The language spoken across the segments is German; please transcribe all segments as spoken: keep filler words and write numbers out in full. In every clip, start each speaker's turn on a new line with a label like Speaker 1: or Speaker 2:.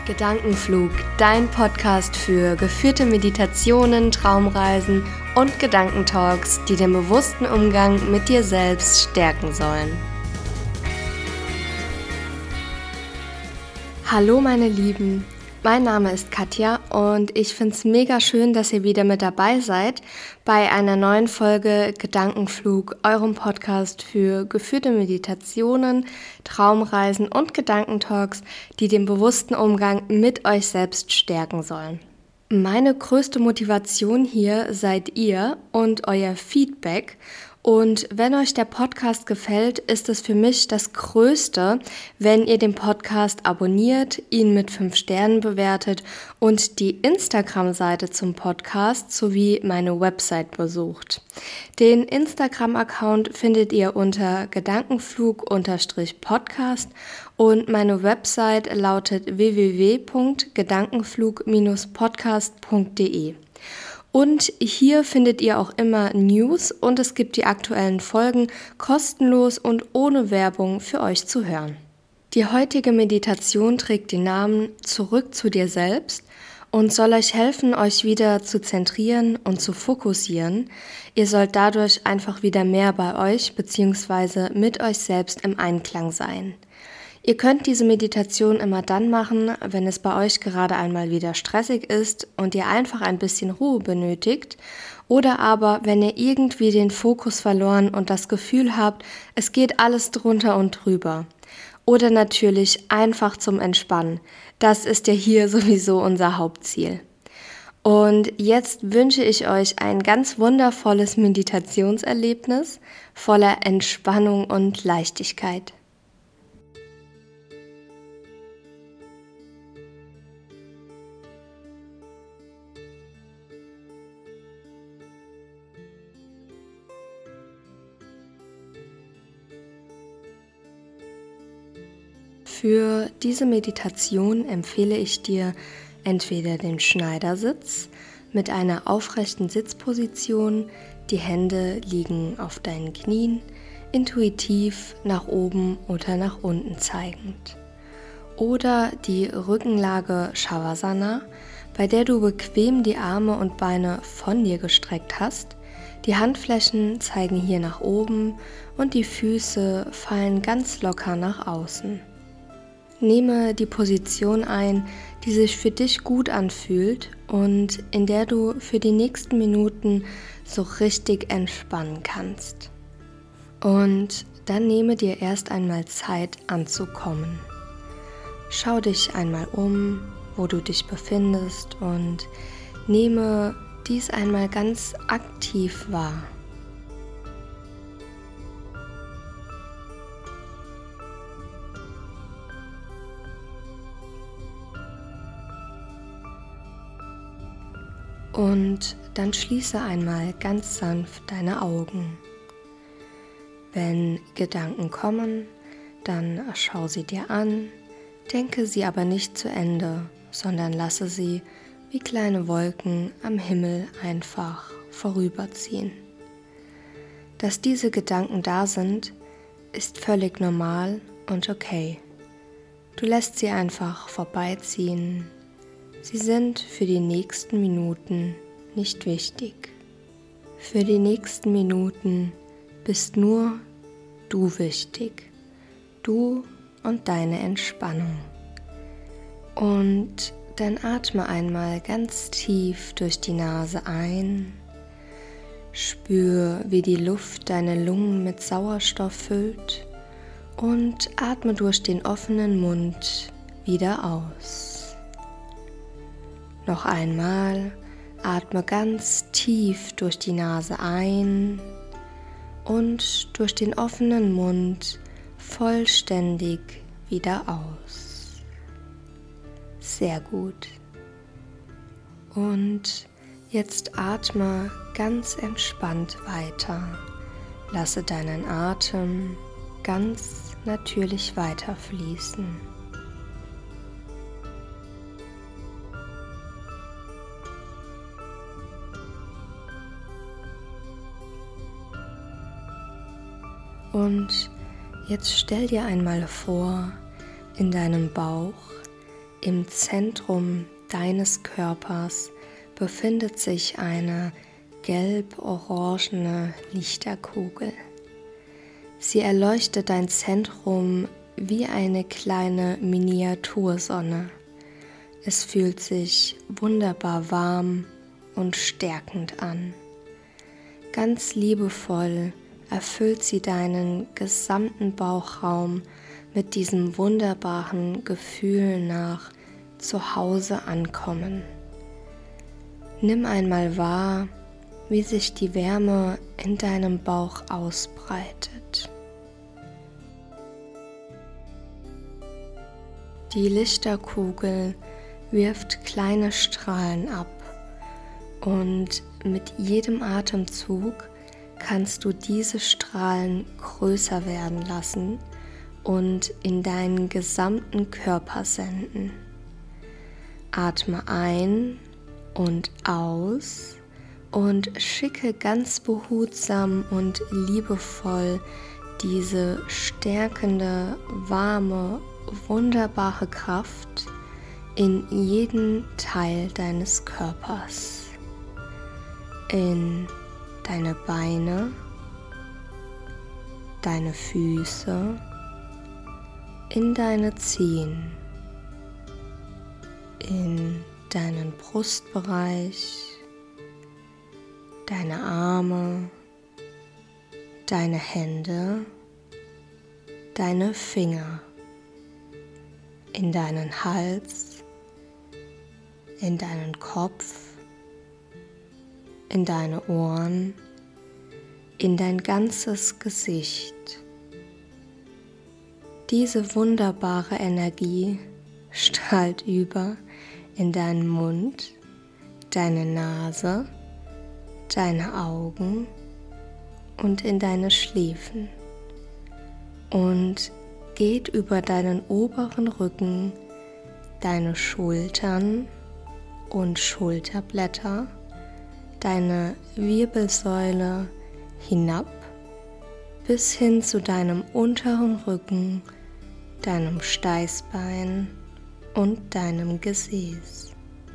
Speaker 1: Gedankenflug, dein Podcast für geführte Meditationen, Traumreisen und Gedankentalks, die den bewussten Umgang mit dir selbst stärken sollen. Hallo meine Lieben, mein Name ist Katja und ich finde es mega schön, dass ihr wieder mit dabei seid bei einer neuen Folge Gedankenflug, eurem Podcast für geführte Meditationen, Traumreisen und Gedankentalks, die den bewussten Umgang mit euch selbst stärken sollen. Meine größte Motivation hier seid ihr und euer Feedback. Und wenn euch der Podcast gefällt, ist es für mich das Größte, wenn ihr den Podcast abonniert, ihn mit fünf Sternen bewertet und die Instagram-Seite zum Podcast sowie meine Website besucht. Den Instagram-Account findet ihr unter Gedankenflug-Podcast und meine Website lautet w w w punkt gedankenflug Bindestrich podcast punkt d e. Und hier findet ihr auch immer News und es gibt die aktuellen Folgen kostenlos und ohne Werbung für euch zu hören. Die heutige Meditation trägt den Namen Zurück zu dir selbst und soll euch helfen, euch wieder zu zentrieren und zu fokussieren. Ihr sollt dadurch einfach wieder mehr bei euch bzw. mit euch selbst im Einklang sein. Ihr könnt diese Meditation immer dann machen, wenn es bei euch gerade einmal wieder stressig ist und ihr einfach ein bisschen Ruhe benötigt oder aber wenn ihr irgendwie den Fokus verloren und das Gefühl habt, es geht alles drunter und drüber. Oder natürlich einfach zum Entspannen. Das ist ja hier sowieso unser Hauptziel. Und jetzt wünsche ich euch ein ganz wundervolles Meditationserlebnis voller Entspannung und Leichtigkeit. Für diese Meditation empfehle ich dir entweder den Schneidersitz mit einer aufrechten Sitzposition, die Hände liegen auf deinen Knien, intuitiv nach oben oder nach unten zeigend. Oder die Rückenlage Shavasana, bei der du bequem die Arme und Beine von dir gestreckt hast. Die Handflächen zeigen hier nach oben und die Füße fallen ganz locker nach außen. Nehme die Position ein, die sich für dich gut anfühlt und in der du für die nächsten Minuten so richtig entspannen kannst. Und dann nehme dir erst einmal Zeit anzukommen. Schau dich einmal um, wo du dich befindest und nehme dies einmal ganz aktiv wahr. Und dann schließe einmal ganz sanft deine Augen. Wenn Gedanken kommen, dann schau sie dir an, denke sie aber nicht zu Ende, sondern lasse sie wie kleine Wolken am Himmel einfach vorüberziehen. Dass diese Gedanken da sind, ist völlig normal und okay. Du lässt sie einfach vorbeiziehen. Sie sind für die nächsten Minuten nicht wichtig. Für die nächsten Minuten bist nur du wichtig. Du und deine Entspannung. Und dann atme einmal ganz tief durch die Nase ein. Spür, wie die Luft deine Lungen mit Sauerstoff füllt und atme durch den offenen Mund wieder aus. Noch einmal, atme ganz tief durch die Nase ein und durch den offenen Mund vollständig wieder aus. Sehr gut. Und jetzt atme ganz entspannt weiter. Lasse deinen Atem ganz natürlich weiterfließen. Und jetzt stell dir einmal vor, in deinem Bauch Im Zentrum deines Körpers befindet sich eine gelb-orangene Lichterkugel. Sie erleuchtet dein Zentrum wie eine kleine Miniatursonne. Es fühlt sich wunderbar warm und stärkend an. Ganz liebevoll erfüllt sie deinen gesamten Bauchraum mit diesem wunderbaren Gefühl nach Zuhause ankommen. Nimm einmal wahr, wie sich die Wärme in deinem Bauch ausbreitet. Die Lichterkugel wirft kleine Strahlen ab und mit jedem Atemzug kannst du diese Strahlen größer werden lassen und in deinen gesamten Körper senden. Atme ein und aus und schicke ganz behutsam und liebevoll diese stärkende, warme, wunderbare Kraft in jeden Teil deines Körpers, in deine Beine, deine Füße, in deine Zehen, in deinen Brustbereich, deine Arme, deine Hände, deine Finger, in deinen Hals, in deinen Kopf, in deine Ohren, in dein ganzes Gesicht. Diese wunderbare Energie strahlt über in deinen Mund, deine Nase, deine Augen und in deine Schläfen und geht über deinen oberen Rücken, deine Schultern und Schulterblätter, deine Wirbelsäule hinab bis hin zu deinem unteren Rücken, deinem Steißbein und deinem Gesäß.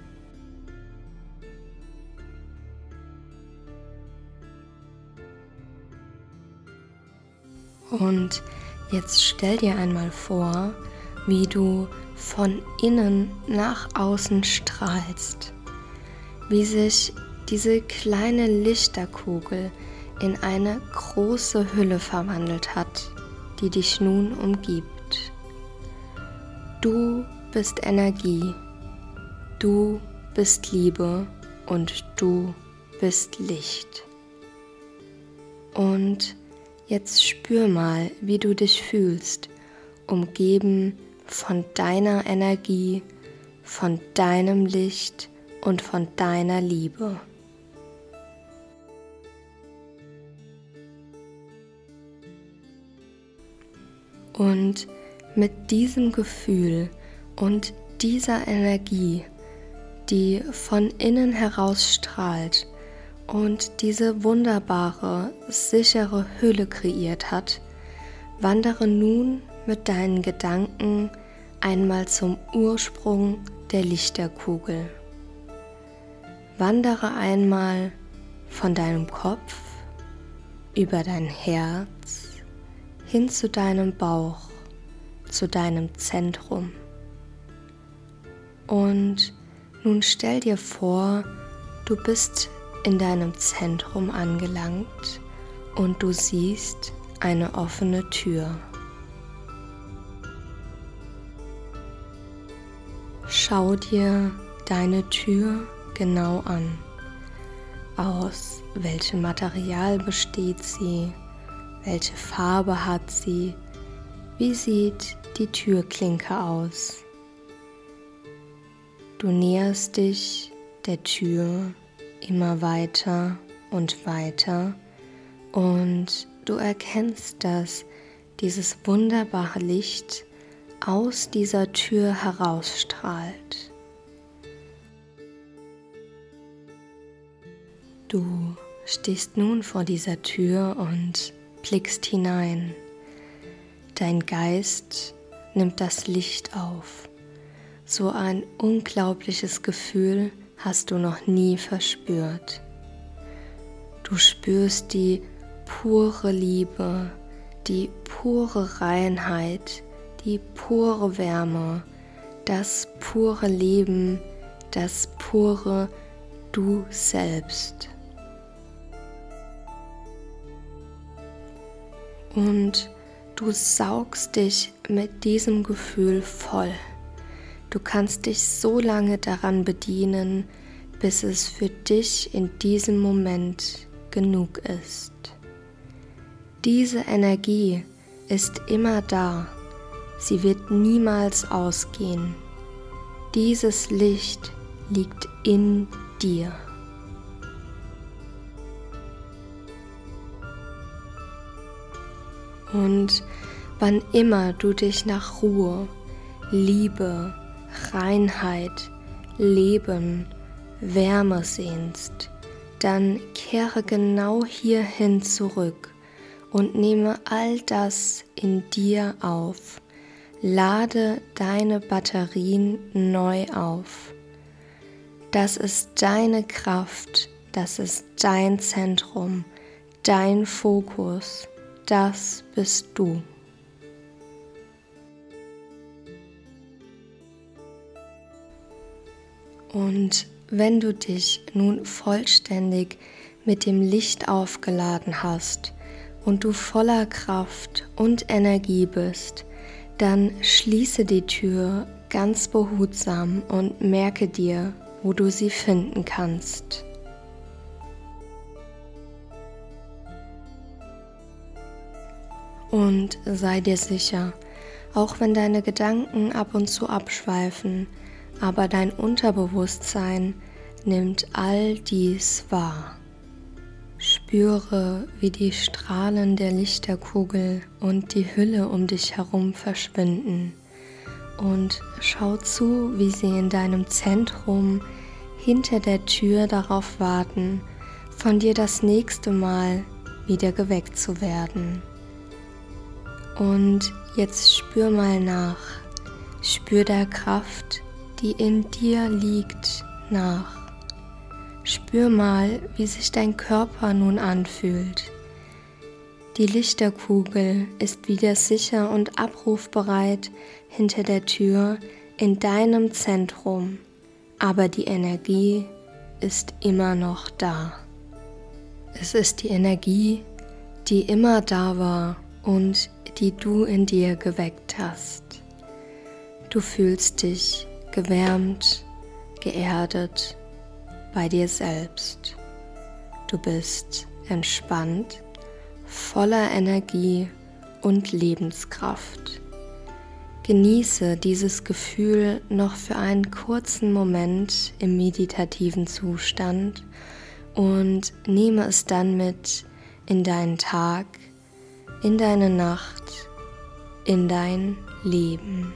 Speaker 1: Und jetzt stell dir einmal vor, wie du von innen nach außen strahlst, wie sich diese kleine Lichterkugel in eine große Hülle verwandelt hat, die dich nun umgibt. Du bist Energie, du bist Liebe und du bist Licht. Und jetzt spür mal, wie du dich fühlst, umgeben von deiner Energie, von deinem Licht und von deiner Liebe. Und mit diesem Gefühl und dieser Energie, die von innen heraus strahlt und diese wunderbare, sichere Hülle kreiert hat, wandere nun mit deinen Gedanken einmal zum Ursprung der Lichterkugel. Wandere einmal von deinem Kopf über dein Herz hin zu deinem Bauch, zu deinem Zentrum. Und nun stell dir vor, du bist in deinem Zentrum angelangt und du siehst eine offene Tür. Schau dir deine Tür genau an. Aus welchem Material besteht sie? Welche Farbe hat sie? Wie sieht die Türklinke aus? Du näherst dich der Tür immer weiter und weiter und du erkennst, dass dieses wunderbare Licht aus dieser Tür herausstrahlt. Du stehst nun vor dieser Tür und blickst hinein. Dein Geist nimmt das Licht auf So ein unglaubliches Gefühl hast du noch nie verspürt. Du spürst die pure Liebe, die pure Reinheit, die pure Wärme, das pure Leben, das pure Du selbst. Und du saugst dich mit diesem Gefühl voll. Du kannst dich so lange daran bedienen, bis es für dich in diesem Moment genug ist. Diese Energie ist immer da. Sie wird niemals ausgehen. Dieses Licht liegt in dir. Und wann immer du dich nach Ruhe, Liebe, Reinheit, Leben, Wärme sehnst, dann kehre genau hierhin zurück und nehme all das in dir auf. Lade deine Batterien neu auf. Das ist deine Kraft, das ist dein Zentrum, dein Fokus, das bist du. Und wenn du dich nun vollständig mit dem Licht aufgeladen hast und du voller Kraft und Energie bist, dann schließe die Tür ganz behutsam und merke dir, wo du sie finden kannst. Und sei dir sicher, auch wenn deine Gedanken ab und zu abschweifen, aber dein Unterbewusstsein nimmt all dies wahr. Spüre, wie die Strahlen der Lichterkugel und die Hülle um dich herum verschwinden und schau zu, wie sie in deinem Zentrum hinter der Tür darauf warten, von dir das nächste Mal wieder geweckt zu werden. Und jetzt spür mal nach, spür der Kraft, die in dir liegt, nach. Spür mal, wie sich dein Körper nun anfühlt. Die Lichterkugel ist wieder sicher und abrufbereit hinter der Tür in deinem Zentrum, aber die Energie ist immer noch da. Es ist die Energie, die immer da war und die du in dir geweckt hast. Du fühlst dich gewärmt, geerdet, bei dir selbst. Du bist entspannt, voller Energie und Lebenskraft. Genieße dieses Gefühl noch für einen kurzen Moment im meditativen Zustand und nehme es dann mit in deinen Tag, in deine Nacht, in dein Leben.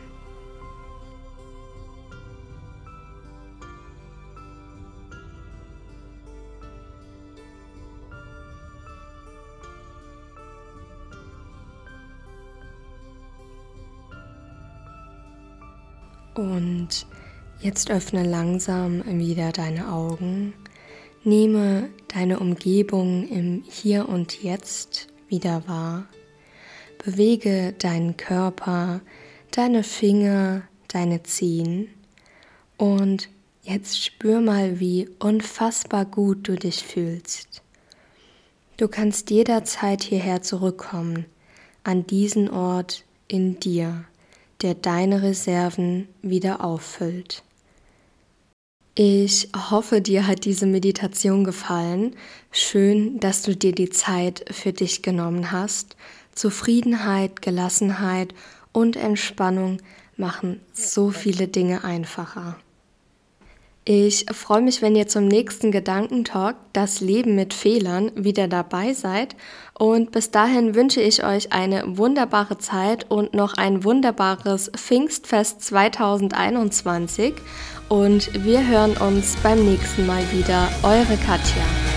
Speaker 1: Und jetzt öffne langsam wieder deine Augen, nehme deine Umgebung im Hier und Jetzt wieder wahr, bewege deinen Körper, deine Finger, deine Zehen und jetzt spür mal, wie unfassbar gut du dich fühlst. Du kannst jederzeit hierher zurückkommen, an diesen Ort in dir, der deine Reserven wieder auffüllt. Ich hoffe, dir hat diese Meditation gefallen. Schön, dass du dir die Zeit für dich genommen hast. Zufriedenheit, Gelassenheit und Entspannung machen so viele Dinge einfacher. Ich freue mich, wenn ihr zum nächsten Gedankentalk, das Leben mit Fehlern, wieder dabei seid. Und bis dahin wünsche ich euch eine wunderbare Zeit und noch ein wunderbares Pfingstfest zwanzig einundzwanzig. Und wir hören uns beim nächsten Mal wieder. Eure Katja.